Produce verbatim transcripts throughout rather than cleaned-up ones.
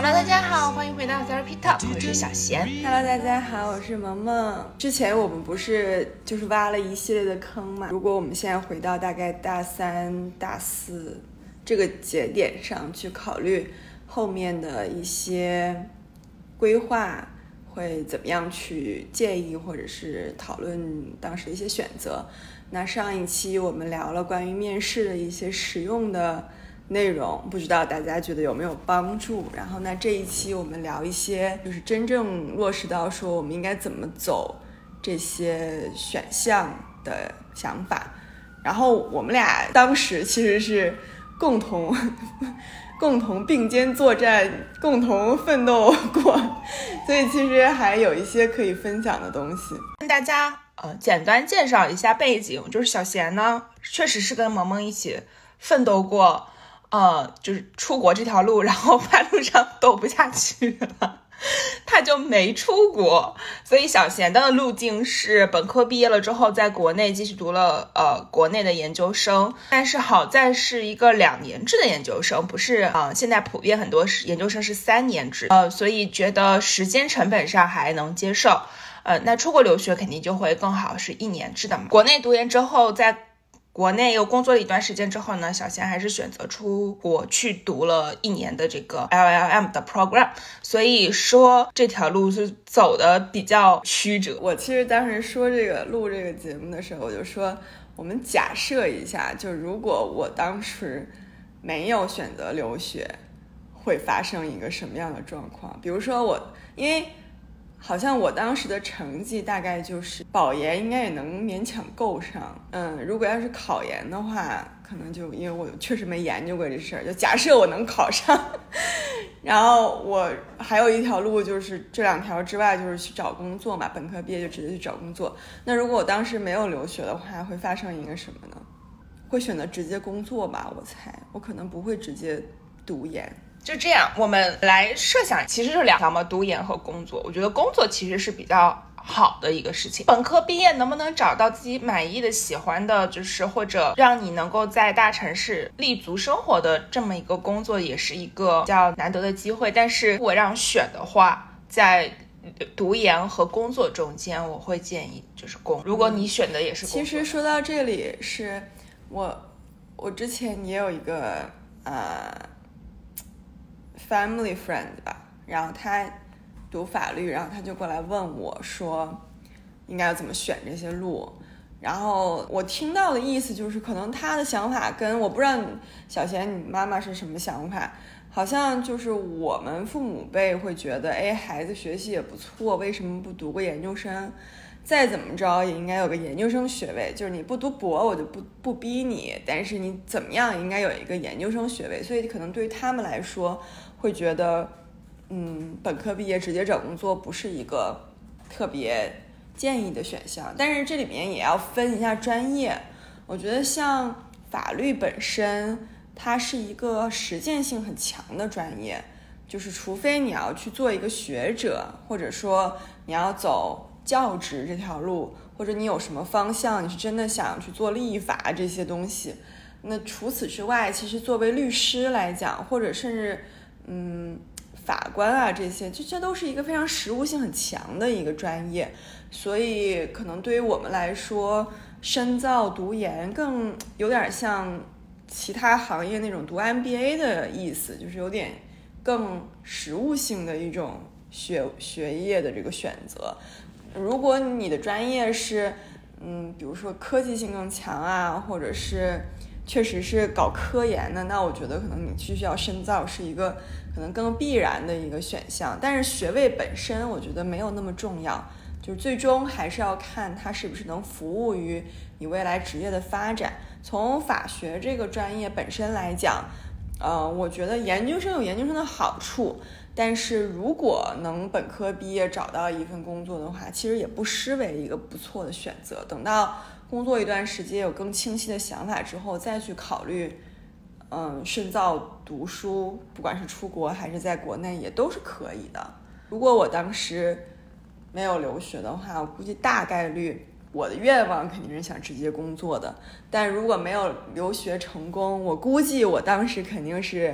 Hello， 大家好，欢迎回到 Therapy Talk， 我是小贤。 Hello， 大家好，我是萌萌。之前我们不是就是挖了一系列的坑嘛？如果我们现在回到大概大三、大四这个节点上去考虑后面的一些规划，会怎么样去建议或者是讨论当时的一些选择。那上一期我们聊了关于面试的一些实用的内容，不知道大家觉得有没有帮助。然后那这一期我们聊一些就是真正落实到说我们应该怎么走这些选项的想法。然后我们俩当时其实是共同共同并肩作战，共同奋斗过，所以其实还有一些可以分享的东西。 跟大家呃简单介绍一下背景，就是小贤呢确实是跟萌萌一起奋斗过呃，就是出国这条路，然后半路上走不下去了，他就没出国。所以小贤的路径是本科毕业了之后，在国内继续读了呃国内的研究生，但是好在是一个两年制的研究生，不是呃现在普遍很多研究生是三年制，呃，所以觉得时间成本上还能接受。呃，那出国留学肯定就会更好，是一年制的嘛。国内读研之后，在国内又工作了一段时间之后呢，小贤还是选择出国去读了一年的这个 L L M 的 program， 所以说这条路是走的比较曲折。 我其实当时说这个录这个节目的时候，我就说我们假设一下，就如果我当时没有选择留学，会发生一个什么样的状况。比如说我因为好像我当时的成绩大概就是保研应该也能勉强够上，嗯，如果要是考研的话，可能就因为我确实没研究过这事儿，就假设我能考上，然后我还有一条路就是这两条之外就是去找工作嘛，本科毕业就直接去找工作。那如果我当时没有留学的话，会发生一个什么呢？会选择直接工作吧，我猜，我可能不会直接读研。 就这样，我们来设想，其实是两条嘛，读研和工作。我觉得工作其实是比较好的一个事情。本科毕业能不能找到自己满意的、喜欢的，就是或者让你能够在大城市立足生活的这么一个工作，也是一个比较难得的机会。但是如果让选的话，在读研和工作中间，我会建议就是工。如果你选的也是工作。 其实说到这里，是我我之前也有一个呃。family friend 吧，然后他读法律，然后他就过来问我说应该要怎么选这些路，然后我听到的意思就是可能他的想法跟我不知道小贤你妈妈是什么想法，好像就是我们父母辈会觉得哎，孩子学习也不错，为什么不读个研究生，再怎么着也应该有个研究生学位，就是你不读博我就不不逼你，但是你怎么样应该有一个研究生学位。所以可能对于他们来说会觉得嗯，本科毕业直接找工作不是一个特别建议的选项。但是这里面也要分一下专业，我觉得像法律本身它是一个实践性很强的专业，就是除非你要去做一个学者，或者说你要走教职这条路，或者你有什么方向你是真的想去做立法这些东西，那除此之外其实作为律师来讲，或者甚至嗯法官啊这些，这这都是一个非常实务性很强的一个专业。所以可能对于我们来说，深造读研更有点像其他行业那种读 M B A 的意思，就是有点更实务性的一种学学业的这个选择。如果你的专业是嗯，比如说科技性更强啊，或者是确实是搞科研的，那我觉得可能你必须要深造是一个可能更必然的一个选项。但是学位本身我觉得没有那么重要，就是最终还是要看它是不是能服务于你未来职业的发展。从法学这个专业本身来讲，呃，我觉得研究生有研究生的好处，但是如果能本科毕业找到一份工作的话，其实也不失为一个不错的选择。等到工作一段时间有更清晰的想法之后，再去考虑嗯，深造读书，不管是出国还是在国内也都是可以的。如果我当时没有留学的话，我估计大概率我的愿望肯定是想直接工作的，但如果没有留学成功，我估计我当时肯定是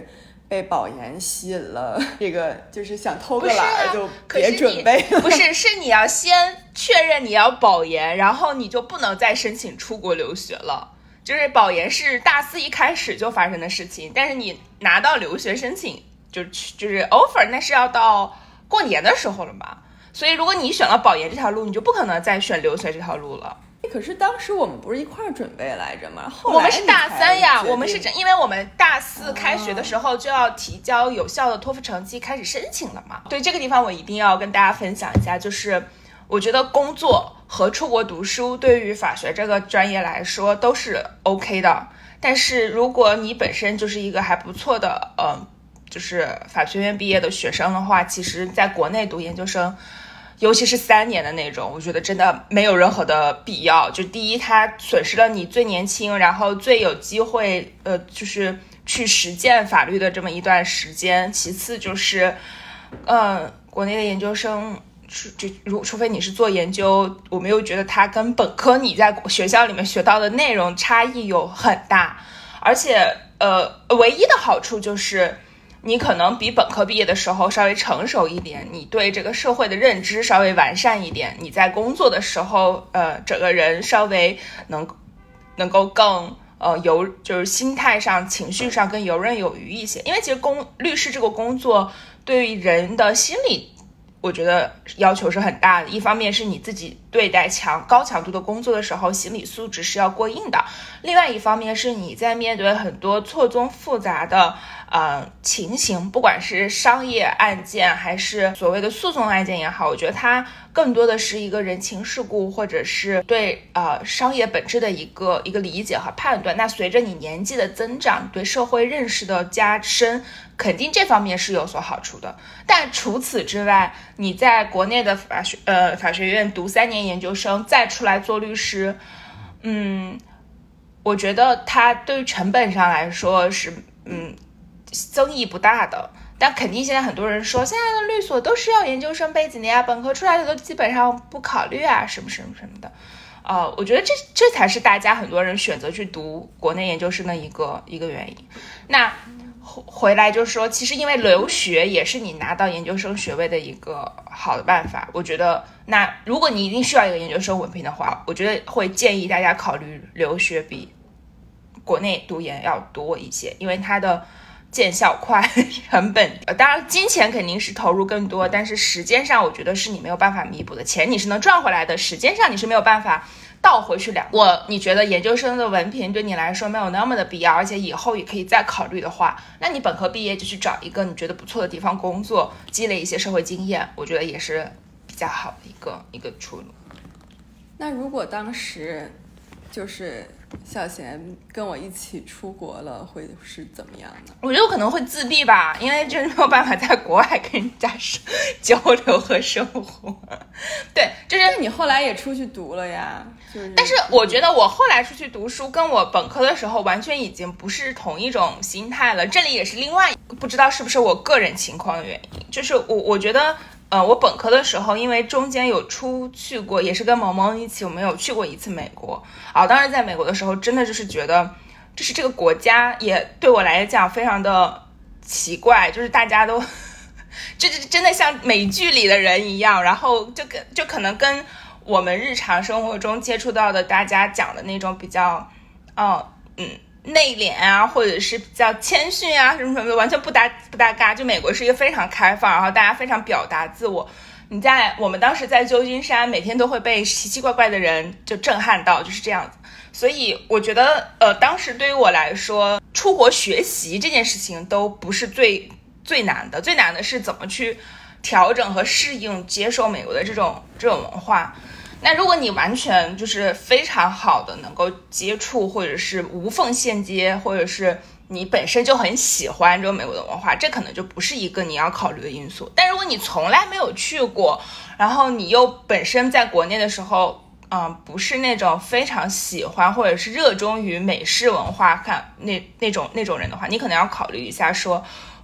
被保研吸引了，这个就是想偷个懒就别准备了。不是，是你要先确认你要保研，然后你就不能再申请出国留学了。就是保研是大四一开始就发生的事情，但是你拿到留学申请就就是 offer， 那是要到过年的时候了嘛。所以如果你选了保研这条路，你就不可能再选留学这条路了。 可是当时我们不是一块儿准备来着吗？后来我们是大三呀，我们是因为我们大四开学的时候就要提交有效的托福成绩开始申请了嘛。对，这个地方我一定要跟大家分享一下，就是我觉得工作和出国读书对于法学这个专业来说都是 OK 的，但是如果你本身就是一个还不错的呃，就是法学院毕业的学生的话，其实在国内读研究生尤其是三年的那种，我觉得真的没有任何的必要。就第一，它损失了你最年轻，然后最有机会，呃，就是去实践法律的这么一段时间。其次就是，呃，国内的研究生，就如除非你是做研究，我没有觉得它跟本科你在学校里面学到的内容差异有很大，而且，呃，唯一的好处就是，你可能比本科毕业的时候稍微成熟一点，你对这个社会的认知稍微完善一点，你在工作的时候，呃，整个人稍微能能够更呃游，就是心态上、情绪上更游刃有余一些。因为其实公律师这个工作对于人的心理，我觉得要求是很大的。一方面是你自己对待强高强度的工作的时候，心理素质是要过硬的；另外一方面是你在面对很多错综复杂的呃情形，不管是商业案件还是所谓的诉讼案件也好，我觉得它更多的是一个人情世故，或者是对呃商业本质的一个一个理解和判断。那随着你年纪的增长，对社会认识的加深，肯定这方面是有所好处的。但除此之外，你在国内的法学呃法学院读三年研究生，再出来做律师，嗯，我觉得它对于成本上来说是嗯增益不大的。但肯定现在很多人说，现在的律所都是要研究生背景的呀，本科出来的都基本上不考虑啊，什么什么什么的。呃，我觉得这这才是大家很多人选择去读国内研究生的一个一个原因。那回来就是说，其实因为留学也是你拿到研究生学位的一个好的办法。我觉得，那如果你一定需要一个研究生文凭的话，我觉得会建议大家考虑留学比国内读研要多一些，因为它的见效快，成本呃，当然金钱肯定是投入更多，但是时间上我觉得是你没有办法弥补的。钱你是能赚回来的，时间上你是没有办法倒回去两。我你觉得研究生的文凭对你来说没有那么的必要，而且以后也可以再考虑的话，那你本科毕业就去找一个你觉得不错的地方工作，积累一些社会经验，我觉得也是比较好的一个一个出路。 那如果当时就是小贤跟我一起出国了，会是怎么样呢？ 我觉得我可能会自闭吧，因为就是没有办法在国外跟人家交流和生活。对，就是你后来也出去读了呀，就是。 但是我觉得我后来出去读书，跟我本科的时候完全已经不是同一种心态了。这里也是另外，不知道是不是我个人情况的原因，就是我我觉得。呃，我本科的时候，因为中间有出去过，也是跟萌萌一起，我们有去过一次美国。啊，当时在美国的时候，真的就是觉得，就是这个国家也对我来讲非常的奇怪，就是大家都，这这真的像美剧里的人一样，然后就跟就可能跟我们日常生活中接触到的大家讲的那种比较，哦，嗯。内敛啊，或者是比较谦逊啊，什么什么的，完全不搭不搭嘎。就美国是一个非常开放，然后大家非常表达自我。你在我们当时在旧金山，每天都会被奇奇怪怪的人就震撼到，就是这样子。所以我觉得，呃，当时对于我来说，出国学习这件事情都不是最最难的，最难的是怎么去调整和适应、接受美国的这种这种文化。那如果你完全就是非常好的能够接触，或者是无缝衔接，或者是你本身就很喜欢这种美国的文化，这可能就不是一个你要考虑的因素。但如果你从来没有去过，然后你又本身在国内的时候，嗯，不是那种非常喜欢或者是热衷于美式文化看那那种那种人的话，你可能要考虑一下说，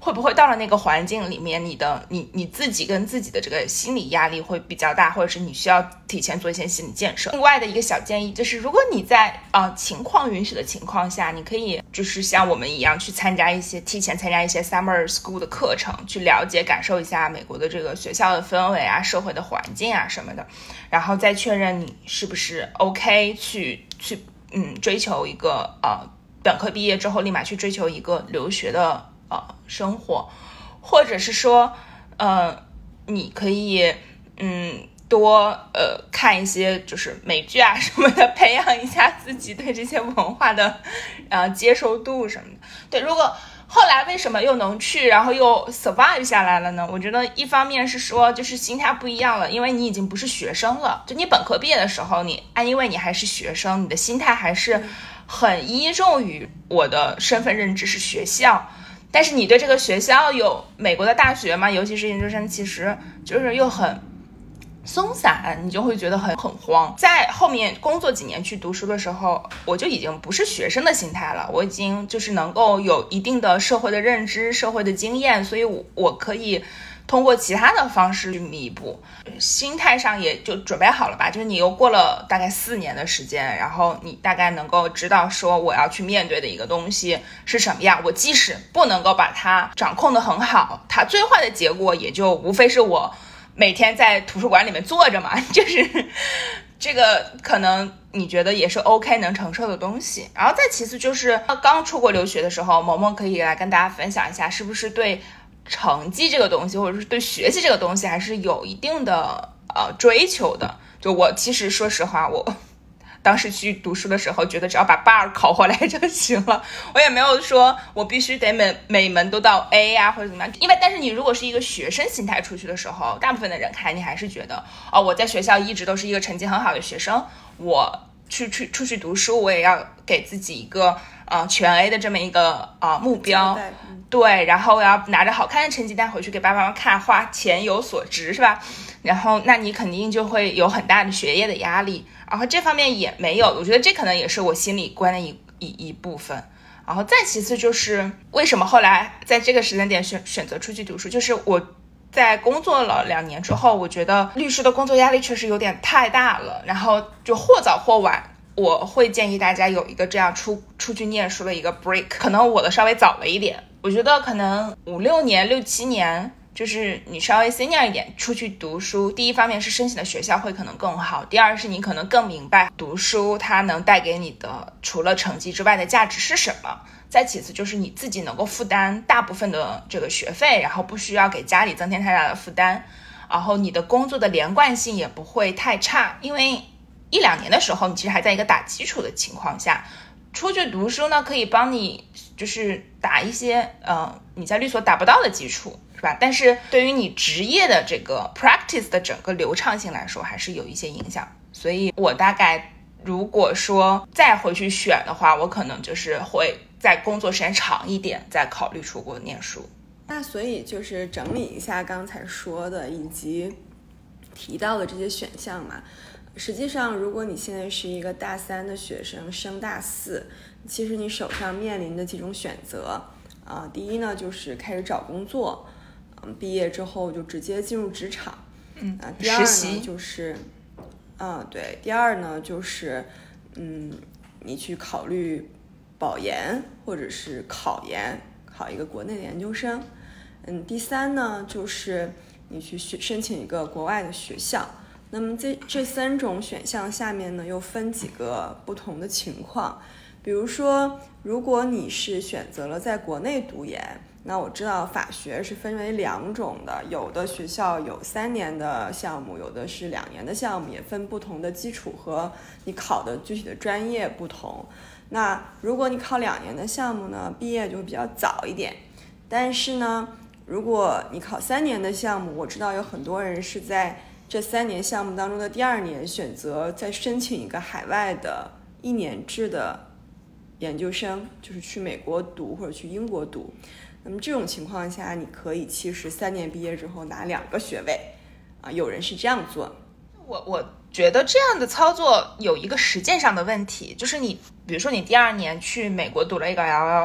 会不会到了那个环境里面，你的你你自己跟自己的这个心理压力会比较大，或者是你需要提前做一些心理建设。另外的一个小建议就是，如果你在呃情况允许的情况下，你可以就是像我们一样去参加一些提前参加一些 summer school 的课程，去了解感受一下美国的这个学校的氛围啊、社会的环境啊什么的，然后再确认你是不是 OK 去去嗯追求一个呃本科毕业之后立马去追求一个留学的呃生活，或者是说呃你可以嗯多呃看一些就是美剧啊什么的，培养一下自己对这些文化的呃接受度什么的。对，如果后来为什么又能去，然后又 survive 下来了呢？我觉得一方面是说就是心态不一样了，因为你已经不是学生了，就你本科毕业的时候，你因为你还是学生，你的心态还是很依重于我的身份认知是学校，但是你对这个学校有美国的大学嘛，尤其是研究生，其实就是又很松散，你就会觉得很很慌。在后面工作几年去读书的时候，我就已经不是学生的心态了，我已经就是能够有一定的社会的认知、社会的经验，所以我我可以通过其他的方式去弥补，心态上也就准备好了吧。就是你又过了大概四年的时间，然后你大概能够知道说我要去面对的一个东西是什么样。我即使不能够把它掌控得很好，它最坏的结果也就无非是我每天在图书馆里面坐着嘛，就是这个可能你觉得也是 OK 能承受的东西。然后再其次就是刚出国留学的时候，萌萌可以来跟大家分享一下，是不是对成绩这个东西，或者是对学习这个东西还是有一定的呃追求的。就我其实说实话，我当时去读书的时候觉得只要把 bar 考回来就行了，我也没有说我必须得每每门都到 A 啊或者怎么样。因为但是你如果是一个学生心态出去的时候，大部分的人看你还是觉得哦，我在学校一直都是一个成绩很好的学生，我去去出去读书，我也要给自己一个呃全 A 的这么一个呃目标，对，然后我要拿着好看的成绩单回去给爸爸妈妈看，花钱有所值是吧？然后那你肯定就会有很大的学业的压力，然后这方面也没有，我觉得这可能也是我心理关的一一一部分。然后再其次就是为什么后来在这个时间点选选择出去读书，就是我在工作了两年之后，我觉得律师的工作压力确实有点太大了，然后就或早或晚我会建议大家有一个这样出出去念书的一个 break， 可能我的稍微早了一点，我觉得可能五六年六七年，就是你稍微 senior 一点出去读书，第一方面是申请的学校会可能更好，第二是你可能更明白读书它能带给你的除了成绩之外的价值是什么，再其次就是你自己能够负担大部分的这个学费，然后不需要给家里增添太大的负担，然后你的工作的连贯性也不会太差，因为一两年的时候你其实还在一个打基础的情况下，出去读书呢可以帮你就是打一些呃你在律所打不到的基础是吧？但是对于你职业的这个 practice 的整个流畅性来说还是有一些影响，所以我大概如果说再回去选的话，我可能就是会在工作时间长一点再考虑出国念书。 那所以就是整理一下刚才说的以及提到的这些选项嘛，实际上如果你现在是一个大三的学生升大四，其实你手上面临的几种选择啊、呃，第一呢就是开始找工作，嗯，毕业之后就直接进入职场， 嗯， 啊，第二呢就是嗯，对，第二呢就是嗯，你去考虑保研或者是考研，考一个国内的研究生，嗯，第三呢就是你去申请一个国外的学校。那么这这三种选项下面呢又分几个不同的情况，比如说如果你是选择了在国内读研，那我知道法学是分为两种的，有的学校有三年的项目，有的是两年的项目，也分不同的基础和你考的具体的专业不同。那如果你考两年的项目呢，毕业就比较早一点，但是呢如果你考三年的项目，我知道有很多人是在这三年项目当中的第二年选择再申请一个海外的一年制的研究生，就是去美国读或者去英国读。那么这种情况下，你可以其实三年毕业之后拿两个学位啊，有人是这样做。 我我觉得这样的操作有一个实践上的问题，就是你比如说你第二年去美国读了一个 L L M，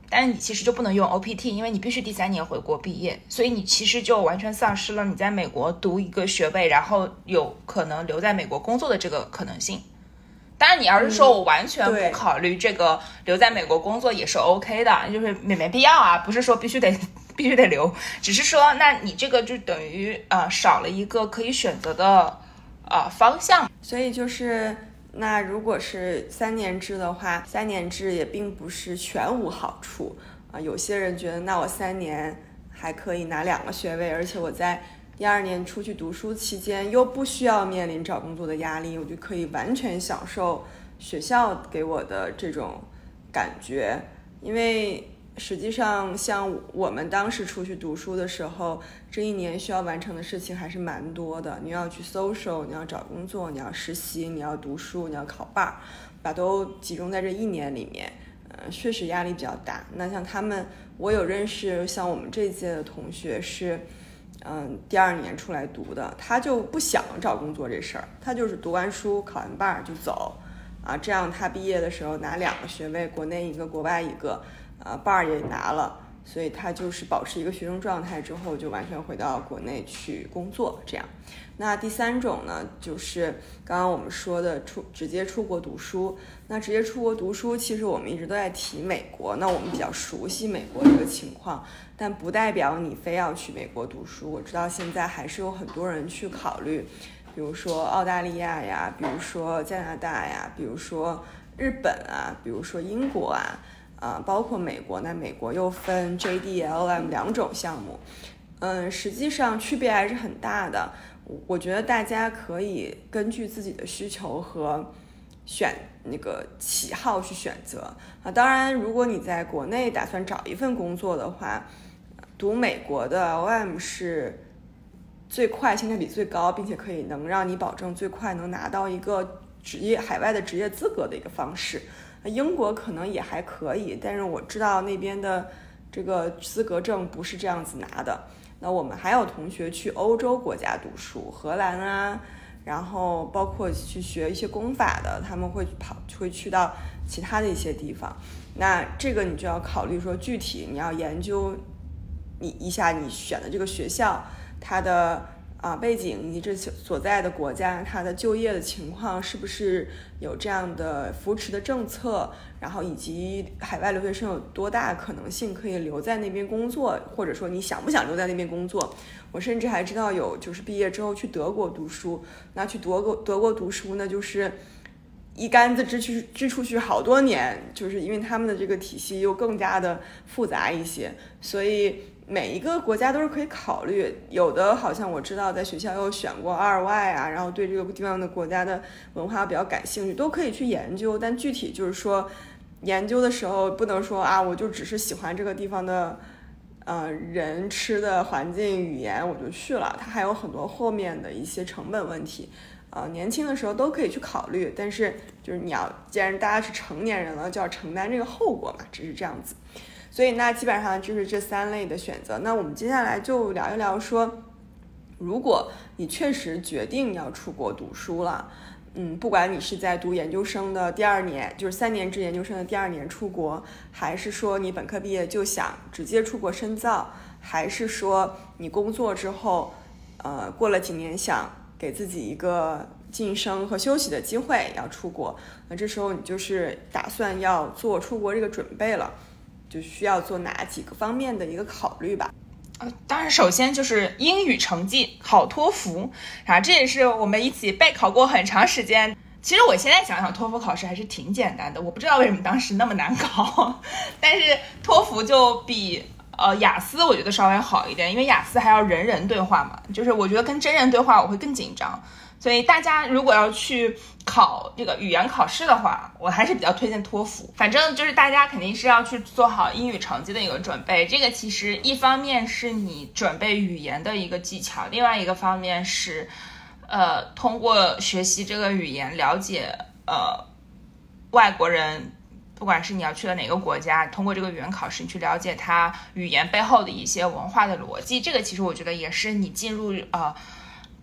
但是你其实就不能用 O P T， 因为你必须第三年回国毕业，所以你其实就完全丧失了你在美国读一个学位，然后有可能留在美国工作的这个可能性。当然你要是说我完全不考虑这个留在美国工作也是 OK 的，就是没没必要啊，不是说必须得必须得留，只是说那你这个就等于呃少了一个可以选择的呃方向。 所以就是那如果是三年制的话，三年制也并不是全无好处啊、呃。有些人觉得那我三年还可以拿两个学位，而且我在第二年出去读书期间又不需要面临找工作的压力，我就可以完全享受学校给我的这种感觉。因为实际上像我们当时出去读书的时候，这一年需要完成的事情还是蛮多的，你要去 social， 你要找工作，你要实习，你要读书，你要考伴，把都集中在这一年里面，呃，确实压力比较大。那像他们，我有认识像我们这届的同学是嗯，第二年出来读的，他就不想找工作这事儿，他就是读完书考完伴就走啊，这样他毕业的时候拿两个学位，国内一个国外一个，啊伴也拿了，所以他就是保持一个学生状态之后就完全回到国内去工作这样。那第三种呢，就是刚刚我们说的出直接出国读书。那直接出国读书，其实我们一直都在提美国，那我们比较熟悉美国这个情况，但不代表你非要去美国读书。我知道现在还是有很多人去考虑，比如说澳大利亚呀，比如说加拿大呀，比如说日本啊，比如说英国啊，啊、呃，包括美国。那美国又分 J D L M 两种项目，嗯，实际上区别还是很大的。我觉得大家可以根据自己的需求和选那个喜好去选择啊。当然，如果你在国内打算找一份工作的话，读美国的 O M 是最快、性价比最高，并且可以能让你保证最快能拿到一个职业海外的职业资格的一个方式。英国可能也还可以，但是我知道那边的这个资格证不是这样子拿的。那我们还有同学去欧洲国家读书，荷兰啊，然后包括去学一些公法的，他们会跑会去到其他的一些地方。那这个你就要考虑说，具体你要研究你一下你选的这个学校它的啊背景，以及这所在的国家它的就业的情况是不是有这样的扶持的政策，然后以及海外留学生有多大可能性可以留在那边工作，或者说你想不想留在那边工作。我甚至还知道有就是毕业之后去德国读书，那去德国德国读书呢，就是一竿子支去支出去好多年，就是因为他们的这个体系又更加的复杂一些，所以每一个国家都是可以考虑。有的好像我知道在学校又选过二外啊，然后对这个地方的国家的文化比较感兴趣，都可以去研究。但具体就是说研究的时候不能说啊，我就只是喜欢这个地方的呃人、吃的环境、语言我就去了，它还有很多后面的一些成本问题。呃，年轻的时候都可以去考虑，但是就是你要既然大家是成年人了，就要承担这个后果嘛，只是这样子。所以那基本上就是这三类的选择。那我们接下来就聊一聊说，如果你确实决定要出国读书了，嗯，不管你是在读研究生的第二年，就是三年制研究生的第二年出国，还是说你本科毕业就想直接出国深造，还是说你工作之后，呃，过了几年想给自己一个晋升和休息的机会要出国，那这时候你就是打算要做出国这个准备了，就需要做哪几个方面的一个考虑吧。 呃，当然首先就是英语成绩，考托福，然后这也是我们一起备考过很长时间。其实我现在想想托福考试还是挺简单的，我不知道为什么当时那么难考，但是托福就比呃，雅思我觉得稍微好一点，因为雅思还要人人对话嘛，就是我觉得跟真人对话我会更紧张，所以大家如果要去考这个语言考试的话，我还是比较推荐托福。反正就是大家肯定是要去做好英语成绩的一个准备，这个其实一方面是你准备语言的一个技巧，另外一个方面是呃，通过学习这个语言了解呃外国人，不管是你要去了哪个国家，通过这个语言考试你去了解它语言背后的一些文化的逻辑，这个其实我觉得也是你进入呃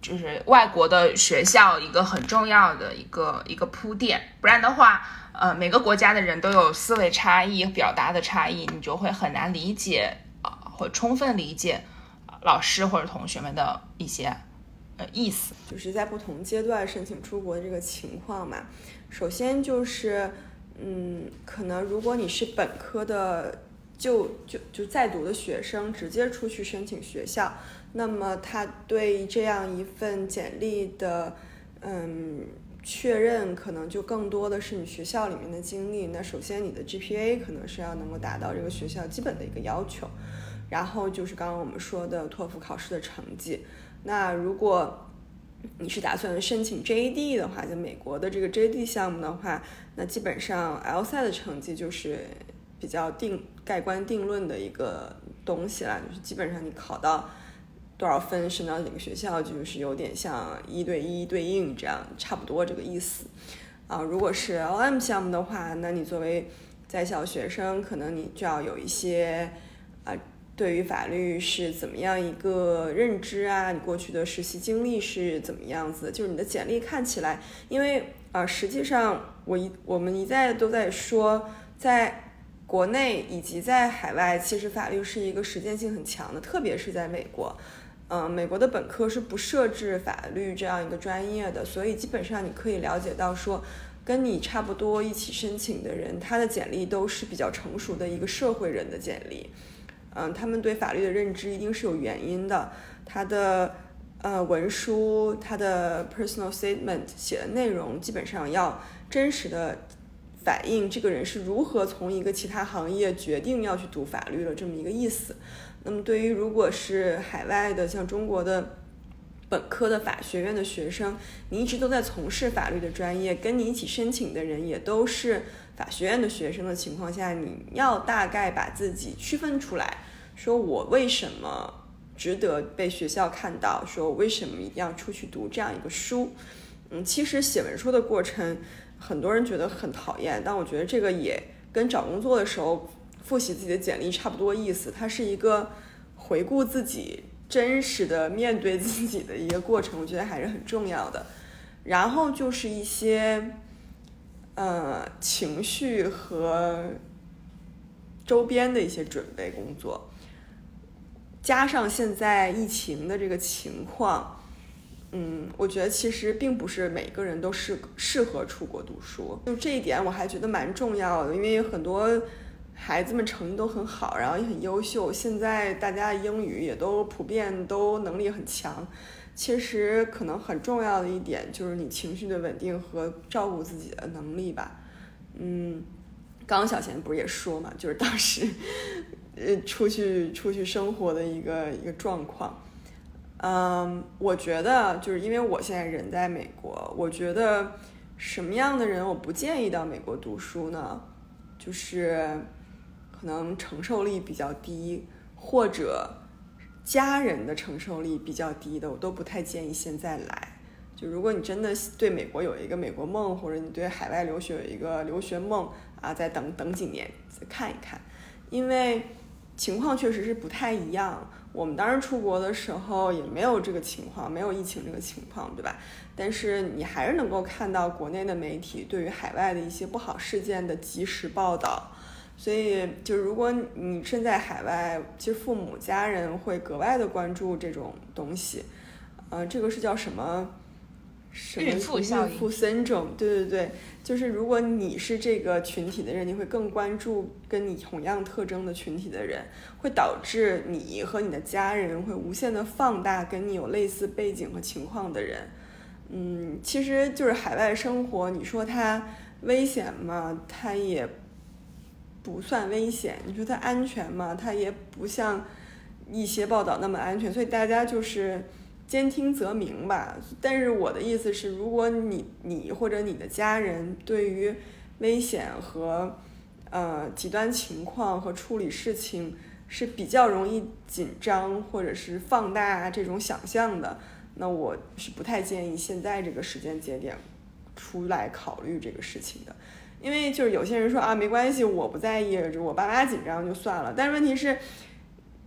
就是外国的学校一个很重要的一个一个铺垫，不然的话，呃，每个国家的人都有思维差异、表达的差异，你就会很难理解，呃，或充分理解老师或者同学们的一些呃意思。 就是在不同阶段申请出国的这个情况嘛，首先就是，嗯，可能如果你是本科的就就就在读的学生，直接出去申请学校。那么他对这样一份简历的嗯确认，可能就更多的是你学校里面的经历。那首先你的 G P A 可能是要能够达到这个学校基本的一个要求，然后就是刚刚我们说的托福考试的成绩。那如果你是打算申请 J D 的话，就美国的这个 J D 项目的话，那基本上 L S A T 的成绩就是比较定盖棺定论的一个东西啦，就是基本上你考到多少分升到哪个学校，就是有点像一对一对应这样，差不多这个意思啊。如果是 L M 项目的话，那你作为在校学生，可能你就要有一些啊对于法律是怎么样一个认知啊，你过去的实习经历是怎么样子，就是你的简历看起来，因为啊实际上我一我们一再都在说，在国内以及在海外，其实法律是一个实践性很强的，特别是在美国。嗯，美国的本科是不设置法律这样一个专业的，所以基本上你可以了解到说，跟你差不多一起申请的人，他的简历都是比较成熟的一个社会人的简历。嗯，他们对法律的认知一定是有原因的，他的呃文书，他的 personal statement 写的内容基本上要真实的反映这个人是如何从一个其他行业决定要去读法律的这么一个意思。那么对于如果是海外的像中国的本科的法学院的学生，你一直都在从事法律的专业，跟你一起申请的人也都是法学院的学生的情况下，你要大概把自己区分出来，说我为什么值得被学校看到，说我为什么一定要出去读这样一个书。嗯，其实写文书的过程很多人觉得很讨厌，但我觉得这个也跟找工作的时候复习自己的简历差不多意思，它是一个回顾自己真实的面对自己的一个过程，我觉得还是很重要的。然后就是一些呃情绪和周边的一些准备工作，加上现在疫情的这个情况，嗯，我觉得其实并不是每个人都适适合出国读书，就这一点我还觉得蛮重要的，因为很多孩子们成绩都很好，然后也很优秀，现在大家英语也都普遍都能力很强。其实可能很重要的一点就是你情绪的稳定和照顾自己的能力吧。嗯，刚刚小贤不是也说嘛，就是当时呃出去出去生活的一个一个状况。嗯，我觉得就是因为我现在人在美国，我觉得什么样的人我不建议到美国读书呢？就是可能承受力比较低，或者家人的承受力比较低的，我都不太建议现在来。就如果你真的对美国有一个美国梦，或者你对海外留学有一个留学梦啊，再等等几年再看一看，因为情况确实是不太一样。我们当时出国的时候也没有这个情况，没有疫情这个情况，对吧？但是你还是能够看到国内的媒体对于海外的一些不好事件的及时报道。所以就如果你身在海外，其实父母家人会格外的关注这种东西。呃，这个是叫什么？什么孕妇效应？ 孕妇 syndrome， 对对对，就是如果你是这个群体的人，你会更关注跟你同样特征的群体的人，会导致你和你的家人会无限的放大跟你有类似背景和情况的人。嗯，其实就是海外生活，你说它危险吗？它也不算危险。你说它安全吗？它也不像一些报道那么安全。所以大家就是兼听则明吧。但是我的意思是，如果你你或者你的家人对于危险和呃极端情况和处理事情是比较容易紧张或者是放大这种想象的，那我是不太建议现在这个时间节点出来考虑这个事情的。因为就是有些人说啊，没关系，我不在意，我爸妈紧张就算了。但是问题是，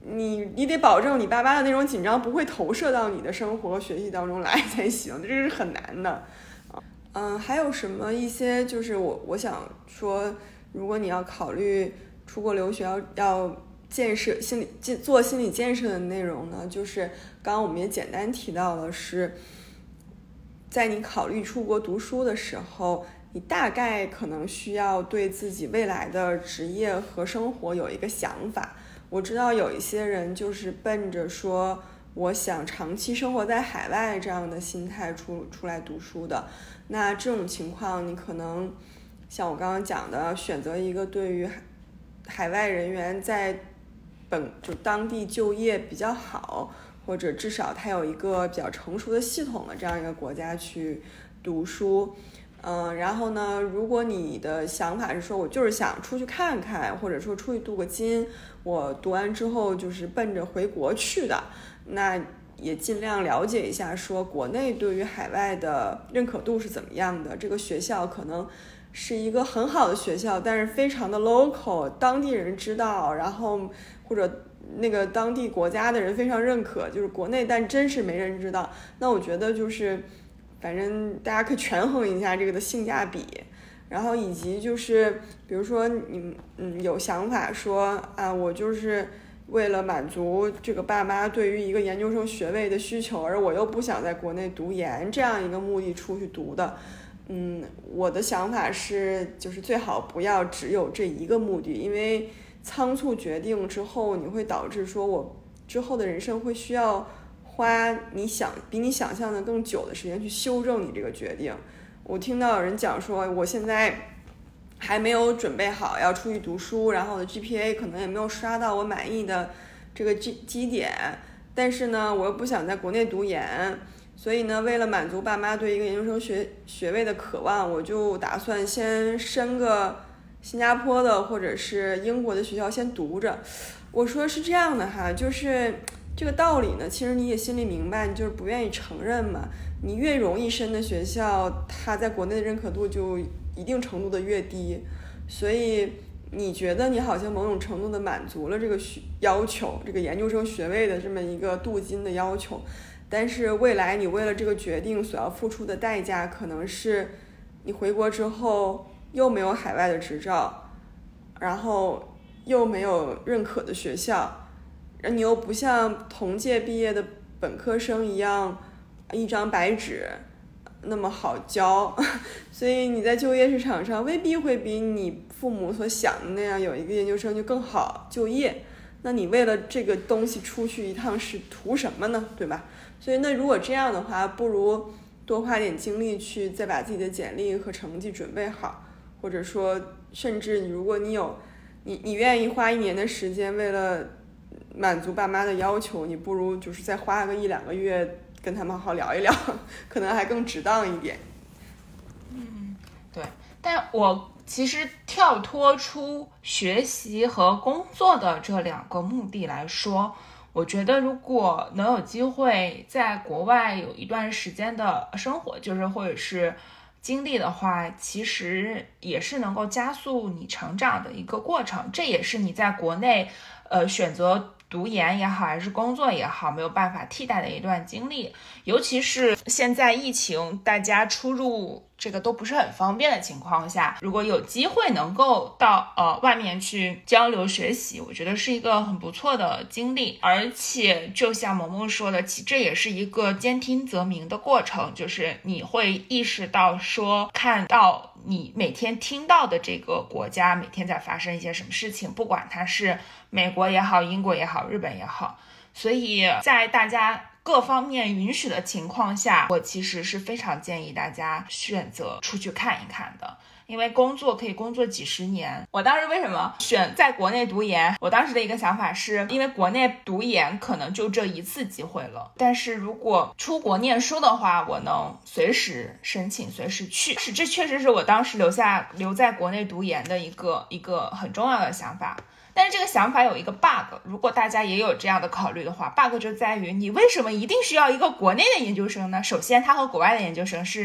你你得保证你爸妈的那种紧张不会投射到你的生活和学习当中来才行，这是很难的。嗯，还有什么一些就是我我想说，如果你要考虑出国留学要要建设心理做心理建设的内容呢，就是刚刚我们也简单提到了，是在你考虑出国读书的时候，你大概可能需要对自己未来的职业和生活有一个想法。我知道有一些人就是奔着说我想长期生活在海外这样的心态出出来读书的，那这种情况你可能像我刚刚讲的，选择一个对于海外人员在本就当地就业比较好，或者至少它有一个比较成熟的系统的这样一个国家去读书。嗯，然后呢，如果你的想法是说我就是想出去看看，或者说出去镀个金，我读完之后就是奔着回国去的，那也尽量了解一下说国内对于海外的认可度是怎么样的。这个学校可能是一个很好的学校，但是非常的 local， 当地人知道，然后或者那个当地国家的人非常认可，就是国内但真是没人知道。那我觉得就是反正大家可以权衡一下这个的性价比，然后以及就是比如说你嗯有想法说啊，我就是为了满足这个爸妈对于一个研究生学位的需求，而我又不想在国内读研这样一个目的出去读的，嗯，我的想法是就是最好不要只有这一个目的，因为仓促决定之后你会导致说我之后的人生会需要花你想比你想象的更久的时间去修正你这个决定。我听到有人讲说我现在还没有准备好要出去读书，然后我的 G P A 可能也没有刷到我满意的这个基基点，但是呢我又不想在国内读研，所以呢为了满足爸妈对一个研究生学学位的渴望，我就打算先申个新加坡的或者是英国的学校先读着。我说是这样的哈，就是这个道理呢，其实你也心里明白，你就是不愿意承认嘛。你越容易申的学校，它在国内的认可度就一定程度的越低，所以你觉得你好像某种程度的满足了这个要求，这个研究生学位的这么一个镀金的要求，但是未来你为了这个决定所要付出的代价，可能是你回国之后又没有海外的执照，然后又没有认可的学校，你又不像同届毕业的本科生一样一张白纸那么好教，所以你在就业市场上未必会比你父母所想的那样有一个研究生就更好就业。那你为了这个东西出去一趟是图什么呢？对吧？所以那如果这样的话，不如多花点精力去再把自己的简历和成绩准备好，或者说甚至如果你有你你愿意花一年的时间为了满足爸妈的要求，你不如就是再花个一两个月跟他们好好聊一聊，可能还更值当一点。 嗯，对。但我其实跳脱出学习和工作的这两个目的来说，我觉得如果能有机会在国外有一段时间的生活，就是或者是经历的话，其实也是能够加速你成长的一个过程。这也是你在国内呃选择读研也好还是工作也好没有办法替代的一段经历。尤其是现在疫情大家出入这个都不是很方便的情况下，如果有机会能够到呃外面去交流学习，我觉得是一个很不错的经历。而且就像萌萌说的，其这也是一个兼听则明的过程，就是你会意识到说看到你每天听到的这个国家每天在发生一些什么事情，不管它是美国也好英国也好日本也好。所以在大家各方面允许的情况下，我其实是非常建议大家选择出去看一看的。因为工作可以工作几十年。我当时为什么选在国内读研，我当时的一个想法是因为国内读研可能就这一次机会了，但是如果出国念书的话，我能随时申请随时去，是这确实是我当时留下留在国内读研的一个一个很重要的想法。但是这个想法有一个 bug， 如果大家也有这样的考虑的话， bug 就在于你为什么一定需要一个国内的研究生呢？首先它和国外的研究生是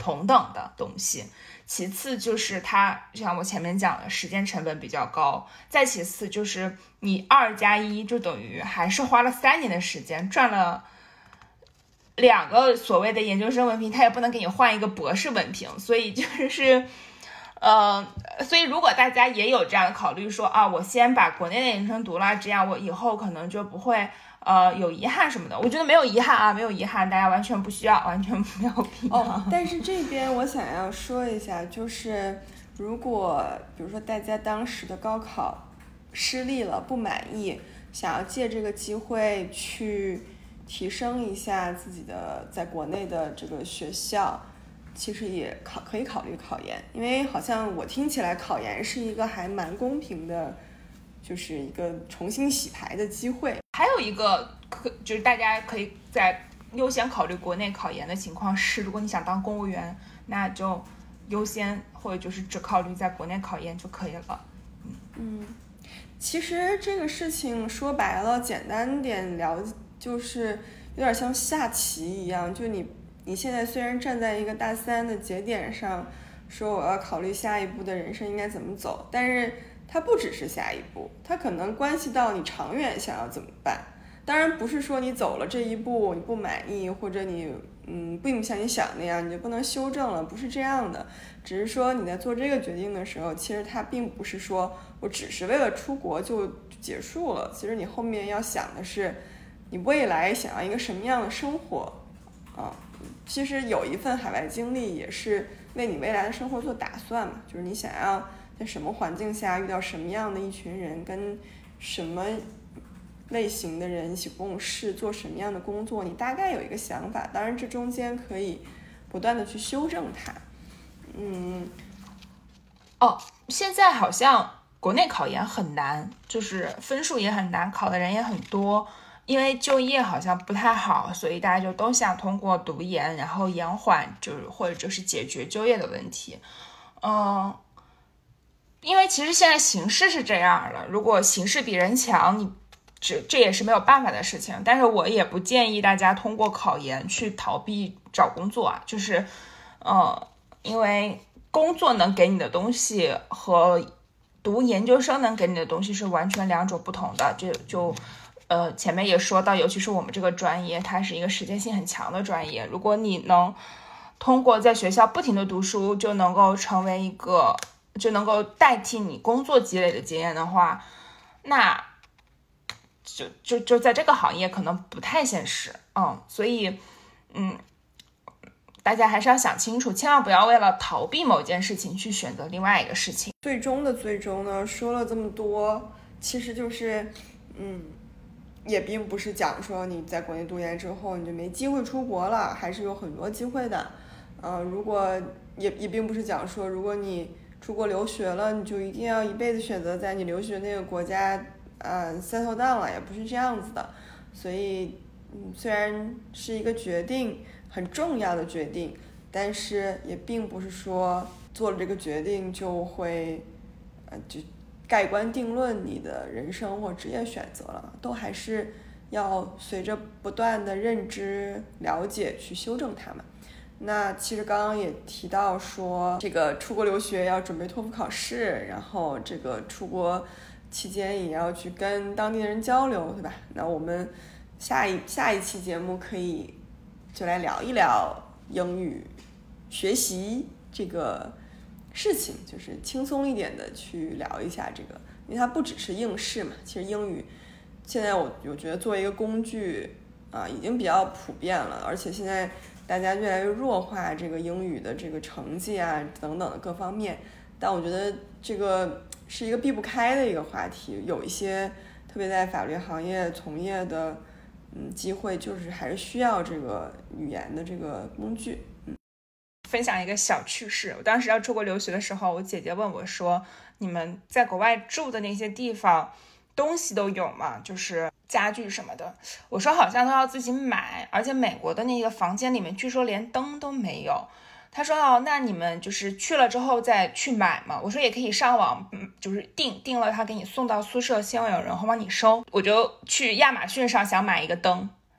同等的东西。其次就是它像我前面讲的时间成本比较高，再其次就是你二加一就等于还是花了三年的时间赚了两个所谓的研究生文凭，他也不能给你换一个博士文凭。所以就是呃，所以如果大家也有这样的考虑说啊，我先把国内的研究生读了，这样我以后可能就不会呃有遗憾什么的，我觉得没有遗憾啊，没有遗憾，大家完全不需要，完全没有必要。 哦，但是这边我想要说一下，就是如果比如说大家当时的高考失利了，不满意，想要借这个机会去提升一下自己的在国内的这个学校，其实也考可以考虑考研，因为好像我听起来考研是一个还蛮公平的，就是一个重新洗牌的机会。 还有一个可就是大家可以在优先考虑国内考研的情况是，如果你想当公务员，那就优先或者就是只考虑在国内考研就可以了。 嗯嗯，其实这个事情说白了，简单点聊，就是有点像下棋一样，就你你现在虽然站在一个大三的节点上，说我要考虑下一步的人生应该怎么走，但是它不只是下一步，它可能关系到你长远想要怎么办。当然不是说你走了这一步你不满意，或者你嗯并不像你想那样你就不能修正了，不是这样的。只是说你在做这个决定的时候，其实它并不是说我只是为了出国就结束了，其实你后面要想的是你未来想要一个什么样的生活啊。其实有一份海外经历也是为你未来的生活做打算嘛，就是你想要在什么环境下遇到什么样的一群人，跟什么类型的人一起共事，做什么样的工作，你大概有一个想法。当然这中间可以不断的去修正它。嗯， 哦，现在好像国内考研很难，就是分数也很难，考的人也很多，因为就业好像不太好，所以大家就都想通过读研，然后延缓就是或者就是解决就业的问题。嗯，因为其实现在形势是这样了，如果形势比人强，你这这也是没有办法的事情。但是我也不建议大家通过考研去逃避找工作啊，就是呃，因为工作能给你的东西和读研究生能给你的东西是完全两种不同的。就就呃前面也说到，尤其是我们这个专业，它是一个时间性很强的专业，如果你能通过在学校不停的读书就能够成为一个就能够代替你工作积累的经验的话，那就就就在这个行业可能不太现实。嗯，所以嗯，大家还是要想清楚，千万不要为了逃避某件事情去选择另外一个事情。 最终的最终呢，说了这么多，其实就是嗯，也并不是讲说你在国内读研之后你就没机会出国了，还是有很多机会的。呃，如果也也并不是讲说如果你出国留学了，你就一定要一辈子选择在你留学那个国家呃 settle down 了，也不是这样子的。所以嗯，虽然是一个决定，很重要的决定，但是也并不是说做了这个决定就会呃就盖棺定论你的人生或职业选择了，都还是要随着不断的认知了解去修正它们。那其实刚刚也提到说，这个出国留学要准备托福考试，然后这个出国期间也要去跟当地的人交流，对吧？那我们下一下一期节目可以就来聊一聊英语学习这个事情，就是轻松一点的去聊一下这个，因为它不只是应试嘛。其实英语现在我我觉得作为一个工具啊，已经比较普遍了，而且现在大家越来越弱化这个英语的这个成绩啊等等的各方面。但我觉得这个是一个避不开的一个话题，有一些特别在法律行业从业的嗯机会，就是还是需要这个语言的这个工具。嗯， 分享一个小趣事，我当时要出国留学的时候，我姐姐问我说，你们在国外住的那些地方东西都有吗？就是家具什么的。我说好像都要自己买，而且美国的那个房间里面据说连灯都没有。他说哦，那你们就是去了之后再去买嘛？我说也可以上网，嗯，就是订订了，他给你送到宿舍，希望有人会帮你收。我就去亚马逊上想买一个灯，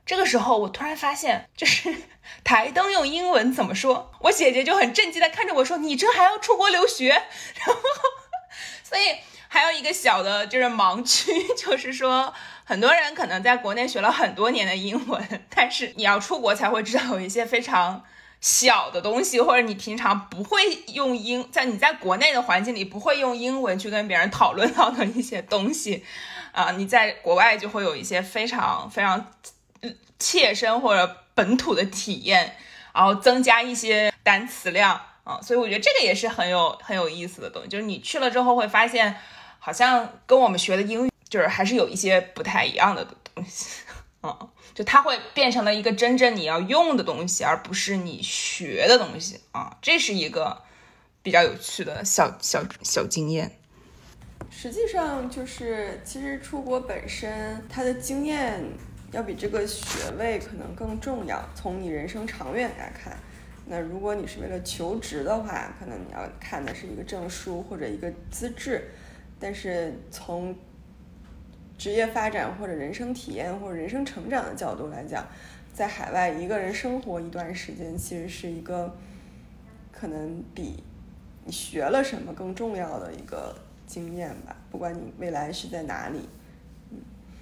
这个时候我突然发现，就是台灯用英文怎么说，我姐姐就很震惊的看着我说，你这还要出国留学？然后所以还有一个小的就是盲区，就是说很多人可能在国内学了很多年的英文，但是你要出国才会知道有一些非常小的东西，或者你平常不会用英，在你在国内的环境里不会用英文去跟别人讨论到的一些东西啊、呃，你在国外就会有一些非常非常切身或者本土的体验，然后增加一些单词量啊、呃，所以我觉得这个也是很有很有意思的东西，就是你去了之后会发现，好像跟我们学的英语就是还是有一些不太一样的东西啊。嗯，就它会变成了一个真正你要用的东西，而不是你学的东西啊，这是一个比较有趣的小小小经验。 实际上就是其实出国本身它的经验要比这个学位可能更重要，从你人生长远来看，那如果你是为了求职的话，可能你要看的是一个证书或者一个资质，但是从职业发展或者人生体验或者人生成长的角度来讲，在海外一个人生活一段时间，其实是一个可能比你学了什么更重要的一个经验吧，不管你未来是在哪里。嗯，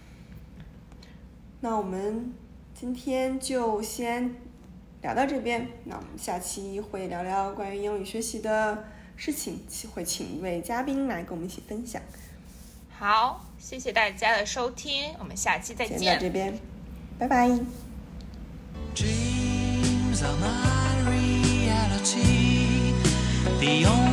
那我们今天就先聊到这边，那我们下期会聊聊关于英语学习的事情，会请一位嘉宾来跟我们一起分享。 好，谢谢大家的收听，我们下期再见。 先到这边，拜拜。Dreams are my reality, the only